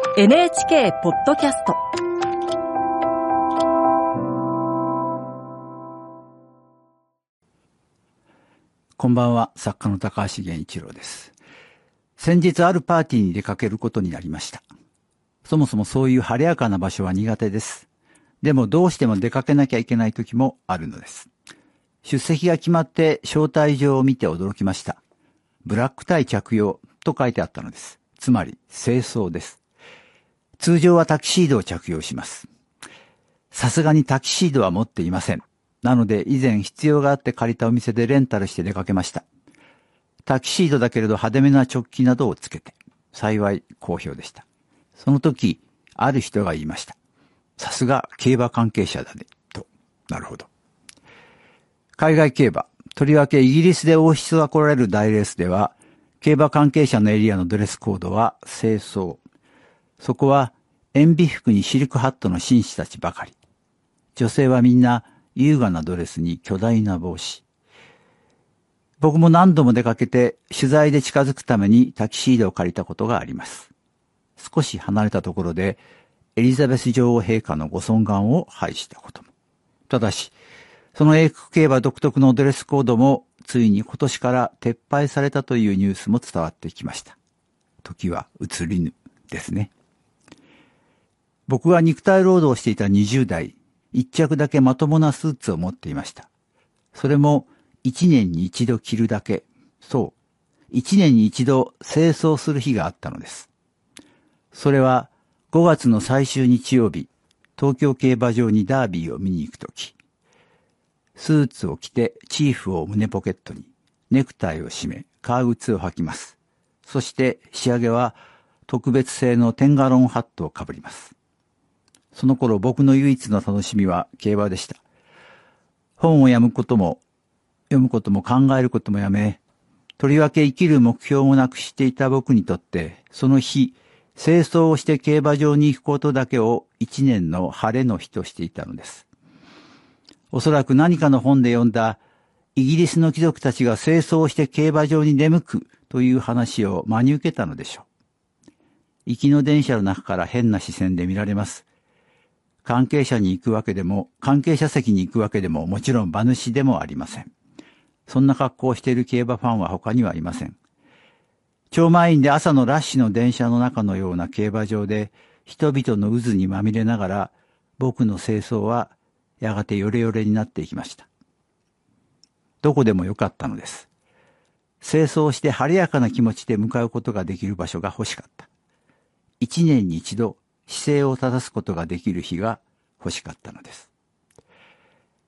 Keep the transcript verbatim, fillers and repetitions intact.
エヌエイチケー ポッドキャストこんばんは、作家の高橋源一郎です。先日あるパーティーに出かけることになりました。そもそもそういう晴れやかな場所は苦手です。でもどうしても出かけなきゃいけない時もあるのです。出席が決まって招待状を見て驚きました。ブラックタイ着用と書いてあったのです。つまり正装です。通常はタキシードを着用します。さすがにタキシードは持っていません。なので以前必要があって借りたお店でレンタルして出かけました。タキシードだけれど派手めなチョッキなどをつけて、幸い好評でした。その時、ある人が言いました。さすが競馬関係者だね、と。なるほど。海外競馬、とりわけイギリスで王室が来られる大レースでは、競馬関係者のエリアのドレスコードは正装。そこは塩ビ服にシルクハットの紳士たちばかり。女性はみんな優雅なドレスに巨大な帽子。僕も何度も出かけて取材で近づくためにタキシードを借りたことがあります。少し離れたところでエリザベス女王陛下のご尊顔を拝したことも。ただし、その英国競馬独特のドレスコードもついに今年から撤廃されたというニュースも伝わってきました。時は移りぬですね。僕は肉体労働をしていたにじゅう代、一着だけまともなスーツを持っていました。それも一年に一度着るだけ。そう。一年に一度清掃する日があったのです。それはごがつの最終日曜日、東京競馬場にダービーを見に行くとき。スーツを着てチーフを胸ポケットに、ネクタイを締め、革靴を履きます。そして仕上げは特別製のテンガロンハットをかぶります。その頃僕の唯一の楽しみは競馬でした。本を読むことも、読むことも考えることもやめ、とりわけ生きる目標もなくしていた僕にとって、その日、清掃をして競馬場に行くことだけを一年の晴れの日としていたのです。おそらく何かの本で読んだ、イギリスの貴族たちが清掃をして競馬場に出向くという話を真に受けたのでしょう。行きの電車の中から変な視線で見られます。関係者に行くわけでも、関係者席に行くわけでも、もちろん馬主でもありません。そんな格好をしている競馬ファンは他にはいません。超満員で朝のラッシュの電車の中のような競馬場で、人々の渦にまみれながら、僕の清掃はやがてヨレヨレになっていきました。どこでもよかったのです。清掃して晴れやかな気持ちで向かうことができる場所が欲しかった。一年に一度、姿勢を正すことができる日が欲しかったのです。